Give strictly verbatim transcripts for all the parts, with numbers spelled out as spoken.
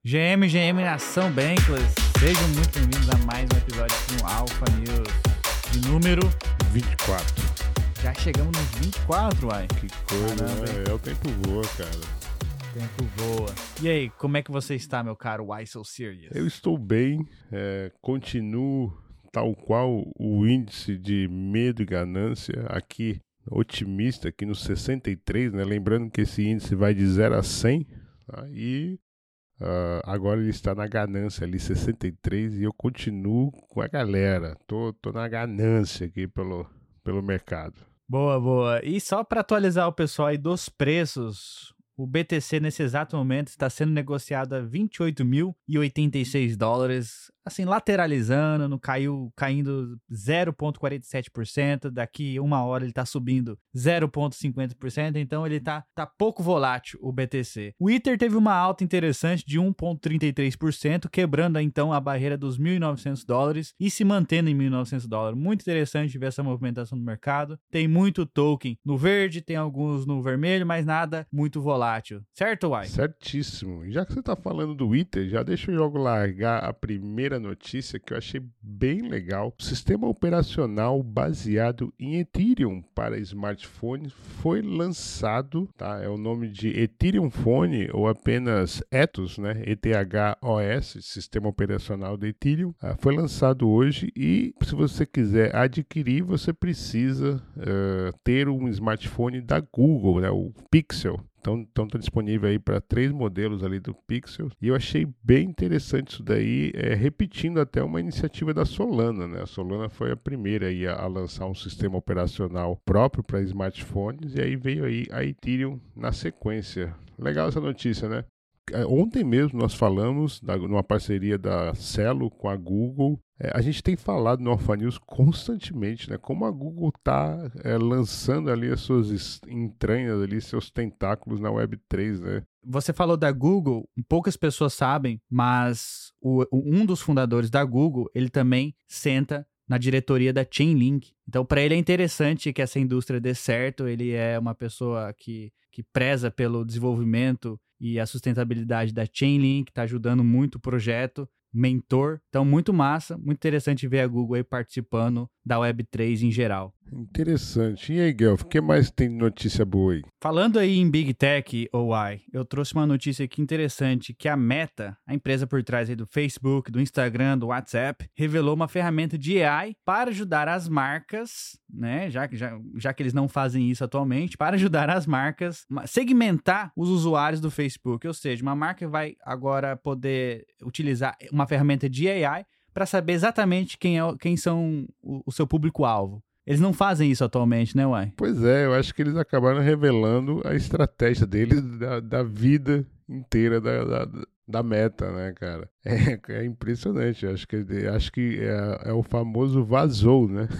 G M, G M Nação Bankless, sejam muito bem-vindos a mais um episódio do Alpha News de número vinte e quatro. Já chegamos nos vinte e quatro, uai. Que coisa, né? É, o tempo voa, cara. O tempo voa. E aí, como é que você está, meu caro Why So Serious? Eu estou bem, é, continuo tal qual o índice de medo e ganância aqui, otimista, aqui no sessenta e três, né? Lembrando que esse índice vai de zero a cem, tá? E Uh, agora ele está na ganância ali, sessenta e três, e eu continuo com a galera. Tô, tô na ganância aqui pelo, pelo mercado. Boa, boa. E só para atualizar o pessoal aí dos preços, o B T C nesse exato momento está sendo negociado a vinte e oito mil e oitenta e seis dólares, assim, lateralizando, não caiu, caindo zero vírgula quarenta e sete por cento, daqui uma hora ele está subindo zero vírgula cinquenta por cento, então ele tá, tá pouco volátil, o B T C. O Ether teve uma alta interessante de um vírgula trinta e três por cento, quebrando então a barreira dos mil e novecentos dólares e se mantendo em mil e novecentos dólares. Muito interessante ver essa movimentação do mercado. Tem muito token no verde, tem alguns no vermelho, mas nada muito volátil. Certo, Uai? Certíssimo. E já que você tá falando do Ether, já deixa eu logo largar a primeira notícia que eu achei bem legal. O sistema operacional baseado em Ethereum para smartphones foi lançado, tá? É o nome de Ethereum Phone ou apenas Ethos, né? E T H O S, sistema operacional do Ethereum. Ah, foi lançado hoje e se você quiser adquirir, você precisa uh, ter um smartphone da Google, né? O Pixel. Então, então tá disponível aí para três modelos ali do Pixel. E eu achei bem interessante isso daí, é, repetindo até uma iniciativa da Solana, né? A Solana foi a primeira aí a, a lançar um sistema operacional próprio para smartphones, e aí veio aí a Ethereum na sequência. Legal essa notícia, né? Ontem mesmo nós falamos da, numa parceria da Celo com a Google. É, a gente tem falado no Alpha News constantemente, né? Como a Google está é, lançando ali as suas entranhas, ali, seus tentáculos na web três, né? Você falou da Google, poucas pessoas sabem, mas o, um dos fundadores da Google, ele também senta na diretoria da Chainlink. Então, para ele é interessante que essa indústria dê certo. Ele é uma pessoa que, que preza pelo desenvolvimento e a sustentabilidade da Chainlink, está ajudando muito o projeto, mentor. Então, muito massa, muito interessante ver a Google aí participando da web três em geral. Interessante. E aí, Guelph, o que mais tem de notícia boa aí? Falando aí em Big Tech, O I, eu trouxe uma notícia aqui interessante, que a Meta, a empresa por trás aí do Facebook, do Instagram, do WhatsApp, revelou uma ferramenta de A I para ajudar as marcas, né, já, já, já que eles não fazem isso atualmente, para ajudar as marcas a segmentar os usuários do Facebook. Ou seja, uma marca vai agora poder utilizar uma ferramenta de A I para saber exatamente quem, é, quem são o, o seu público-alvo. Eles não fazem isso atualmente, né, Uai? Pois é, eu acho que eles acabaram revelando a estratégia deles da, da vida inteira da, da, da Meta, né, cara? É, é impressionante, acho que, acho que é, é o famoso vazou, né?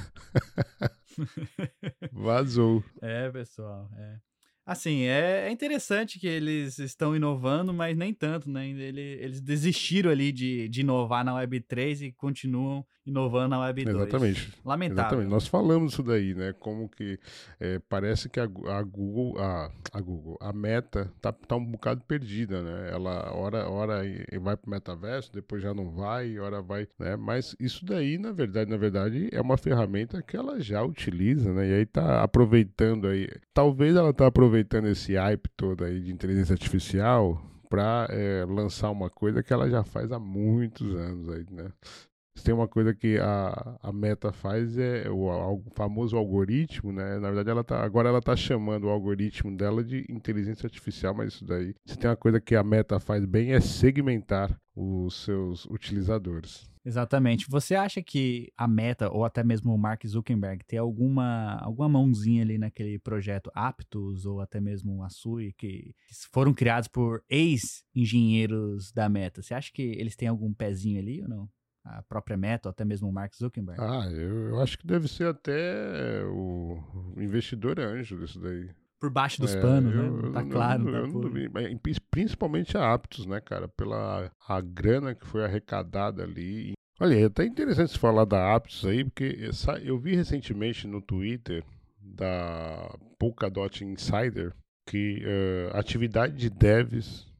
Vazou. É, pessoal, é. Assim, é, é interessante que eles estão inovando, mas nem tanto, né? Ele, eles desistiram ali de, de inovar na web três e continuam inovando na web dois. Exatamente. Lamentável. Exatamente. Nós falamos isso daí, né? Como que é, parece que a, a Google, a, a Google, a Meta tá, tá um bocado perdida, né? Ela hora, hora vai pro metaverso, depois já não vai, hora vai, né? Mas isso daí, na verdade, na verdade, é uma ferramenta que ela já utiliza, né? E aí tá aproveitando aí. Talvez ela tá aproveitando esse hype todo aí de inteligência artificial para é, lançar uma coisa que ela já faz há muitos anos aí, né? Se tem uma coisa que a, a Meta faz é o, o famoso algoritmo, né? Na verdade, ela tá, agora ela tá chamando o algoritmo dela de inteligência artificial, mas isso daí, se tem uma coisa que a Meta faz bem é segmentar os seus utilizadores. Exatamente. Você acha que a Meta, ou até mesmo o Mark Zuckerberg, tem alguma, alguma mãozinha ali naquele projeto Aptos, ou até mesmo a Sui, que foram criados por ex-engenheiros da Meta? Você acha que eles têm algum pezinho ali ou não? A própria Meta, ou até mesmo o Mark Zuckerberg? Ah, eu, eu acho que deve ser até o investidor anjo disso daí. Por baixo dos é, panos, eu, né? Não tá eu, claro. Eu, não tá eu não por... duvido. Principalmente a Aptos, né, cara? Pela a grana que foi arrecadada ali. Olha, é até interessante se falar da Aptos aí, porque essa, eu vi recentemente no Twitter da Polkadot Insider que uh, a atividade de devs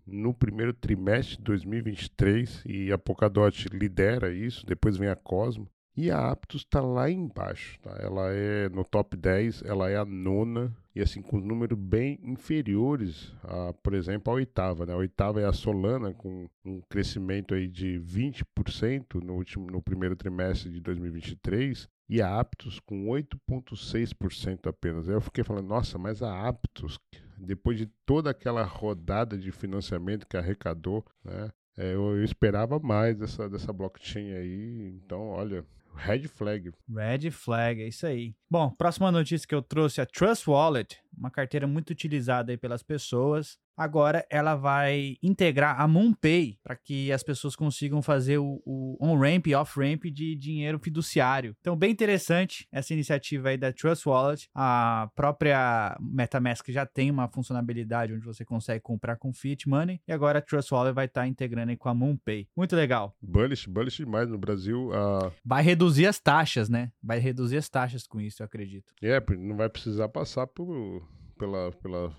no primeiro trimestre de dois mil e vinte e três, e a Polkadot lidera isso, depois vem a Cosmo, e a Aptos está lá embaixo, tá? Ela é no top dez, ela é a nona, e assim, com números bem inferiores, a, por exemplo, a oitava, né? A oitava é a Solana, com um crescimento aí de vinte por cento no, último, no primeiro trimestre de dois mil e vinte e três, e a Aptos com oito vírgula seis por cento apenas. Aí eu fiquei falando, nossa, mas a Aptos, depois de toda aquela rodada de financiamento que arrecadou, né? É, eu, eu esperava mais dessa, dessa blockchain aí, então, olha, red flag. Red flag, é isso aí. Bom, próxima notícia que eu trouxe é a Trust Wallet, uma carteira muito utilizada aí pelas pessoas. Agora ela vai integrar a MoonPay para que as pessoas consigam fazer o, o on-ramp e off-ramp de dinheiro fiduciário. Então, bem interessante essa iniciativa aí da Trust Wallet. A própria MetaMask já tem uma funcionalidade onde você consegue comprar com Fiat Money e agora a Trust Wallet vai estar integrando aí com a MoonPay. Muito legal. Bullish, bullish demais no Brasil. Uh... Vai reduzir as taxas, né? Vai reduzir as taxas com isso, eu acredito. É, não vai precisar passar por, pela... pela...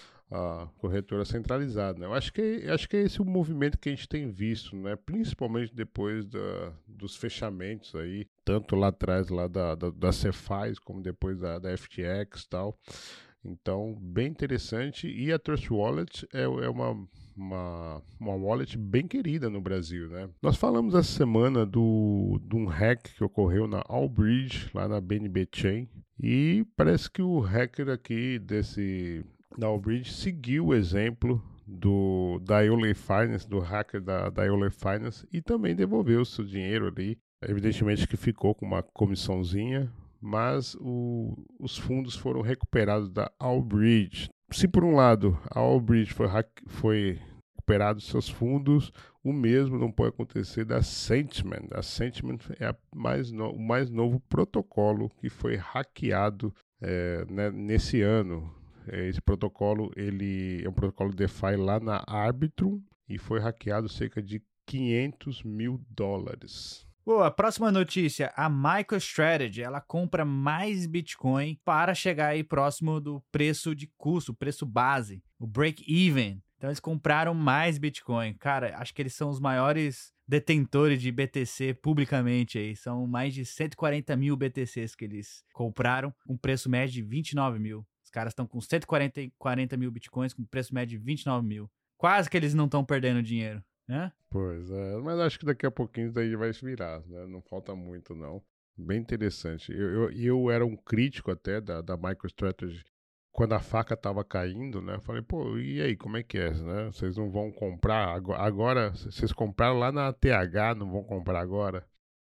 a corretora centralizada, né? Eu acho que, acho que é esse o movimento que a gente tem visto, né? Principalmente depois da, dos fechamentos aí, tanto lá atrás lá da, da, da Cephais, como depois da, da F T X e tal. Então, bem interessante. E a Trust Wallet é, é uma, uma, uma wallet bem querida no Brasil, né? Nós falamos essa semana do, de um hack que ocorreu na Allbridge, lá na B N B Chain, e parece que o hacker aqui desse... da Allbridge seguiu o exemplo do, da Euler Finance, do hacker da, da Euler Finance, e também devolveu o seu dinheiro ali. Evidentemente que ficou com uma comissãozinha, mas o, os fundos foram recuperados da Allbridge. Se por um lado a Allbridge foi, foi recuperado seus fundos, o mesmo não pode acontecer da Sentiment. A Sentiment é a mais no, o mais novo protocolo que foi hackeado é, né, nesse ano. Esse protocolo ele é um protocolo DeFi lá na Arbitrum e foi hackeado cerca de quinhentos mil dólares. Boa, próxima notícia. A MicroStrategy, ela compra mais Bitcoin para chegar aí próximo do preço de custo, preço base, o break-even. Então eles compraram mais Bitcoin. Cara, acho que eles são os maiores detentores de B T C publicamente aí. São mais de cento e quarenta mil B T Cs que eles compraram com preço médio de vinte e nove mil. Os caras estão com cento e quarenta mil bitcoins com preço médio de vinte e nove mil. Quase que eles não estão perdendo dinheiro, né? Pois é, mas acho que daqui a pouquinho isso daí vai se virar, né? Não falta muito, não. Bem interessante. Eu, eu, eu era um crítico até da, da MicroStrategy quando a faca estava caindo, né? Eu falei, pô, e aí, como é que é, né? Vocês não vão comprar agora? Agora, vocês compraram lá na T H, não vão comprar agora?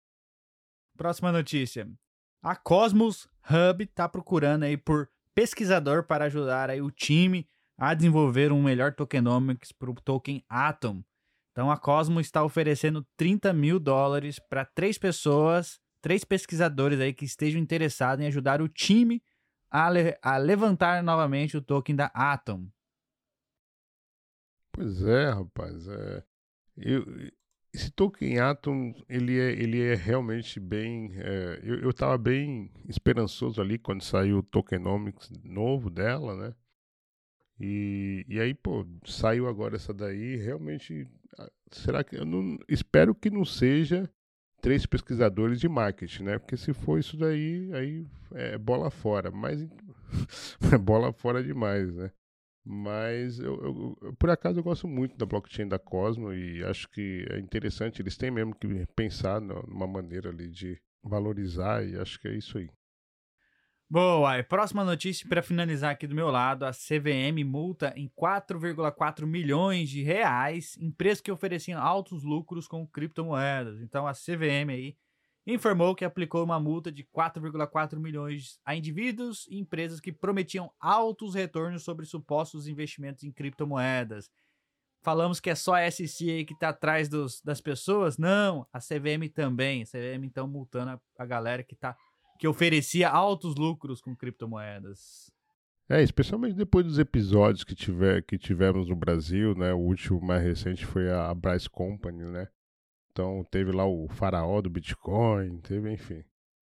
Próxima notícia. A Cosmos Hub está procurando aí por pesquisador para ajudar aí o time a desenvolver um melhor tokenomics para o token Atom. Então a Cosmos está oferecendo trinta mil dólares para três pessoas, três pesquisadores aí que estejam interessados em ajudar o time a, le- a levantar novamente o token da Atom. Pois é, rapaz. É... Eu, esse token Atom, ele é, ele é realmente bem... É... Eu, eu tava bem esperançoso ali quando saiu o tokenomics novo dela, né? E, e aí, pô, saiu agora essa daí, realmente... Será que... Eu não, espero que não seja três pesquisadores de marketing, né? Porque se for isso daí, aí é bola fora. Mas é bola fora demais, né? Mas eu, eu, eu, por acaso eu gosto muito da blockchain da Cosmo e acho que é interessante. Eles têm mesmo que pensar numa maneira ali de valorizar e acho que é isso aí. Boa, e próxima notícia para finalizar aqui do meu lado, a C V M multa em quatro vírgula quatro milhões de reais empresas que ofereciam altos lucros com criptomoedas. Então a C V M aí informou que aplicou uma multa de quatro vírgula quatro milhões a indivíduos e empresas que prometiam altos retornos sobre supostos investimentos em criptomoedas. Falamos que é só a S E C aí que está atrás dos, das pessoas? Não, a C V M também. A C V M então multando a, a galera que está que oferecia altos lucros com criptomoedas. É, especialmente depois dos episódios que, tiver, que tivemos no Brasil, né? O último mais recente foi a Bryce Company, né? Então teve lá o faraó do Bitcoin, teve, enfim.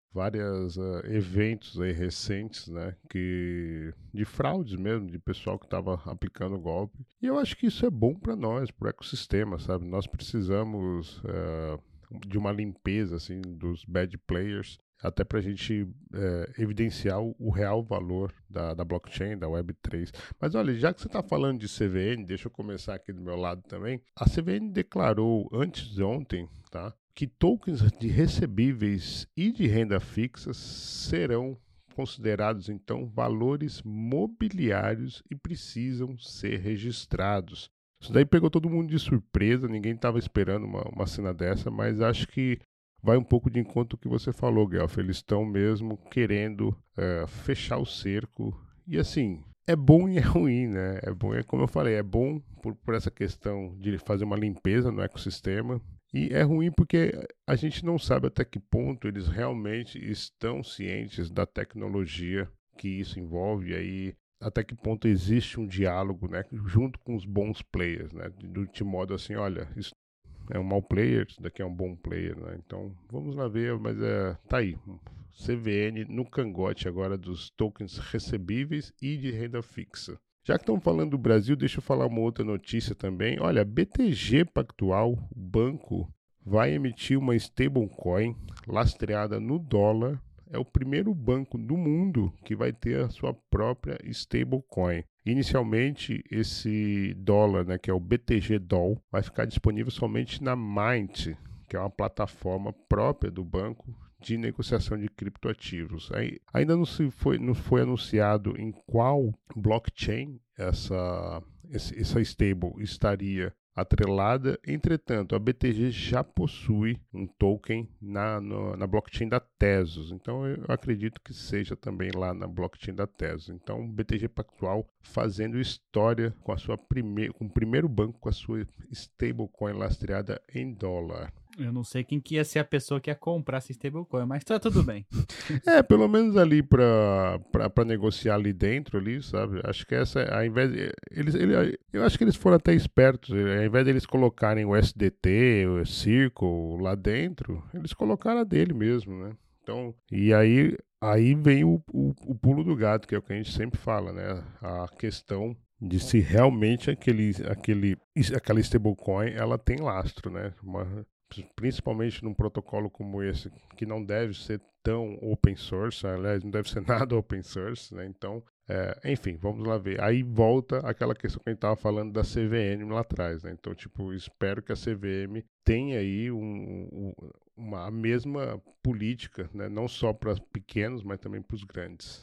vários uh, eventos aí recentes, né, que, de fraudes mesmo, de pessoal que estava aplicando golpe. E eu acho que isso é bom para nós, para o ecossistema, sabe? Nós precisamos uh, de uma limpeza assim, dos bad players, até para a gente é, evidenciar o, o real valor da, da blockchain, da web três. Mas olha, já que você está falando de C V N, deixa eu começar aqui do meu lado também. A C V N declarou antes de ontem, tá, que tokens de recebíveis e de renda fixa serão considerados, então, valores mobiliários e precisam ser registrados. Isso daí pegou todo mundo de surpresa, ninguém estava esperando uma, uma cena dessa, mas acho que vai um pouco de encontro com o que você falou, Guelph. Eles estão mesmo querendo é, fechar o cerco. E assim, é bom e é ruim, né? É bom, é como eu falei, é bom por, por essa questão de fazer uma limpeza no ecossistema. E é ruim porque a gente não sabe até que ponto eles realmente estão cientes da tecnologia que isso envolve. E aí, até que ponto existe um diálogo, né, junto com os bons players, né? De, de modo assim, olha, isso é um mau player, isso daqui é um bom player, né? Então, vamos lá ver, mas é, tá aí. C V N no cangote agora dos tokens recebíveis e de renda fixa. Já que estamos falando do Brasil, deixa eu falar uma outra notícia também. Olha, B T G Pactual, o banco, vai emitir uma stablecoin lastreada no dólar. É o primeiro banco do mundo que vai ter a sua própria stablecoin. Inicialmente, esse dólar, né, que é o B T G D O L, vai ficar disponível somente na Mint, que é uma plataforma própria do banco de negociação de criptoativos. Aí, ainda não, se foi, não foi anunciado em qual blockchain essa, esse, essa stable estaria atrelada. Entretanto, a B T G já possui um token na, no, na blockchain da Tezos. Então, eu acredito que seja também lá na blockchain da Tezos. Então, B T G Pactual fazendo história com, a sua prime- com o primeiro banco com a sua stablecoin lastreada em dólar. Eu não sei quem que ia ser a pessoa que ia comprar essa stablecoin, mas tá tudo bem. É, pelo menos ali pra, pra, pra negociar ali dentro, ali, sabe? Acho que essa, ao invés de, eles, ele, eu acho que eles foram até espertos. Ao invés de eles colocarem o S D T, o Circle lá dentro, eles colocaram a dele mesmo, né? Então, e aí, aí vem o, o, o pulo do gato, que é o que a gente sempre fala, né? A questão de se realmente aquele, aquele, aquela stablecoin ela tem lastro, né? Uma, principalmente num protocolo como esse, que não deve ser tão open source, aliás, não deve ser nada open source, né? Então, é, enfim, vamos lá ver. Aí volta aquela questão que a gente estava falando da C V M lá atrás, né? Então, tipo, espero que a C V M tenha aí um, um, uma, a mesma política, né? Não só para os pequenos, mas também para os grandes.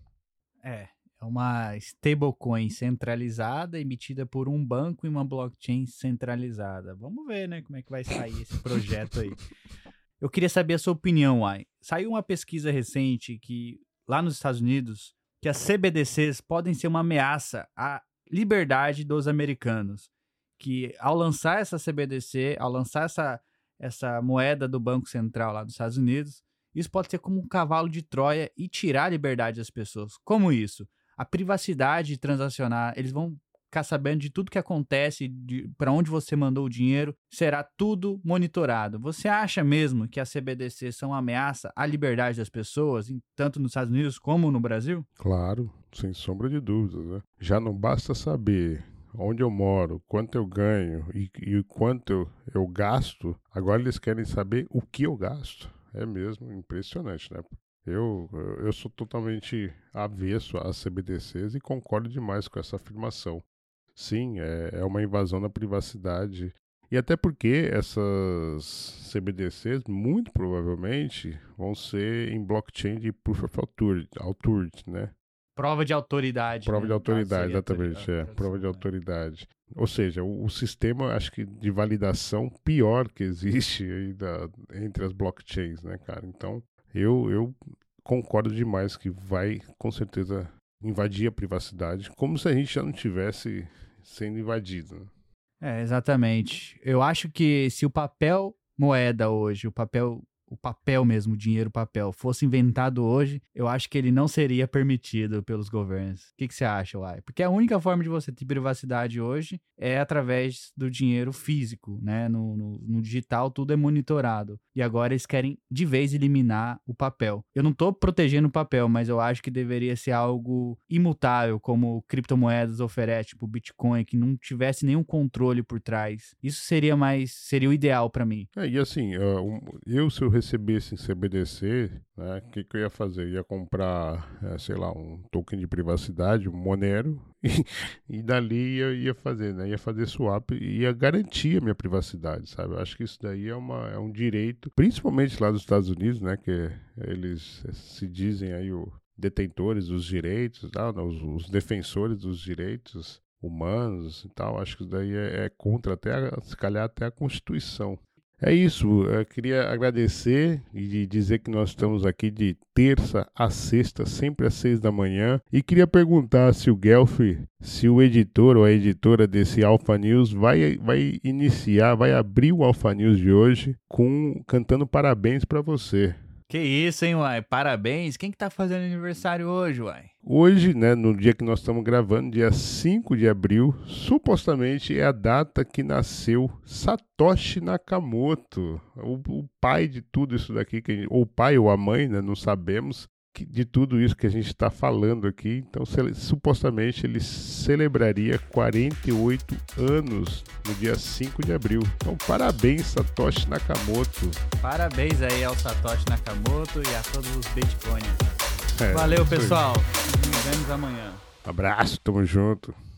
É. É uma stablecoin centralizada emitida por um banco em uma blockchain centralizada. Vamos ver, né, como é que vai sair esse projeto aí. Eu queria saber a sua opinião, Ai. Saiu uma pesquisa recente que, lá nos Estados Unidos, que as C B D Cs podem ser uma ameaça à liberdade dos americanos. Que ao lançar essa C B D C, ao lançar essa, essa moeda do Banco Central lá dos Estados Unidos, isso pode ser como um cavalo de Troia e tirar a liberdade das pessoas. Como isso? A privacidade transacionar, eles vão ficar sabendo de tudo que acontece, para onde você mandou o dinheiro, será tudo monitorado. Você acha mesmo que as C B D Cs são uma ameaça à liberdade das pessoas, tanto nos Estados Unidos como no Brasil? Claro, sem sombra de dúvidas, né? Já não basta saber onde eu moro, quanto eu ganho e, e quanto eu, eu gasto, agora eles querem saber o que eu gasto. É mesmo impressionante, né? Eu, eu sou totalmente avesso às C B D Cs e concordo demais com essa afirmação. Sim, é, é uma invasão da privacidade. E até porque essas C B D Cs, muito provavelmente, vão ser em blockchain de Proof of Authority, né? Prova de autoridade. Prova né? de autoridade, exatamente. Autoridade, É, prova de autoridade. Ou seja, o, o sistema, acho que de validação pior que existe aí da, entre as blockchains, né, cara? Então, eu, eu concordo demais que vai, com certeza, invadir a privacidade, como se a gente já não tivesse sendo invadido. Né? É, exatamente. Eu acho que se o papel moeda hoje, o papel o papel mesmo, o dinheiro papel, fosse inventado hoje, eu acho que ele não seria permitido pelos governos. O que, que você acha, Uai? Porque a única forma de você ter privacidade hoje é através do dinheiro físico, né? No, no, no digital tudo é monitorado. E agora eles querem de vez eliminar o papel. Eu não tô protegendo o papel, mas eu acho que deveria ser algo imutável, como criptomoedas oferecem, tipo Bitcoin, que não tivesse nenhum controle por trás. Isso seria mais, seria o ideal para mim. É, e assim, eu se eu recebesse em C B D C, né, o que, que eu ia fazer? Eu ia comprar, é, sei lá, um token de privacidade, um Monero, e, e dali eu ia fazer, né? Ia fazer swap e ia garantir a minha privacidade, sabe? Eu acho que isso daí é, uma, é um direito, principalmente lá dos Estados Unidos, né? Que eles se dizem aí o detentores dos direitos, tá? os, os defensores dos direitos humanos e tal. Acho que isso daí é, é contra até, se calhar, até a Constituição. É isso, eu queria agradecer e dizer que nós estamos aqui de terça a sexta, sempre às seis da manhã. E queria perguntar se o Guelph, se o editor ou a editora desse Alpha News vai, vai iniciar, vai abrir o Alpha News de hoje com cantando parabéns para você. Que isso, hein, Uai? Parabéns. Quem que tá fazendo aniversário hoje, Uai? Hoje, né, no dia que nós estamos gravando, dia cinco de abril, supostamente é a data que nasceu Satoshi Nakamoto, o, o pai de tudo isso daqui, que, ou o pai ou a mãe, né, não sabemos, que, de tudo isso que a gente está falando aqui. Então, se, supostamente, ele celebraria quarenta e oito anos no dia cinco de abril. Então, parabéns, Satoshi Nakamoto. Parabéns aí ao Satoshi Nakamoto e a todos os Bitcoiners. É, Valeu, pessoal. Nos vemos amanhã. Abraço, tamo junto.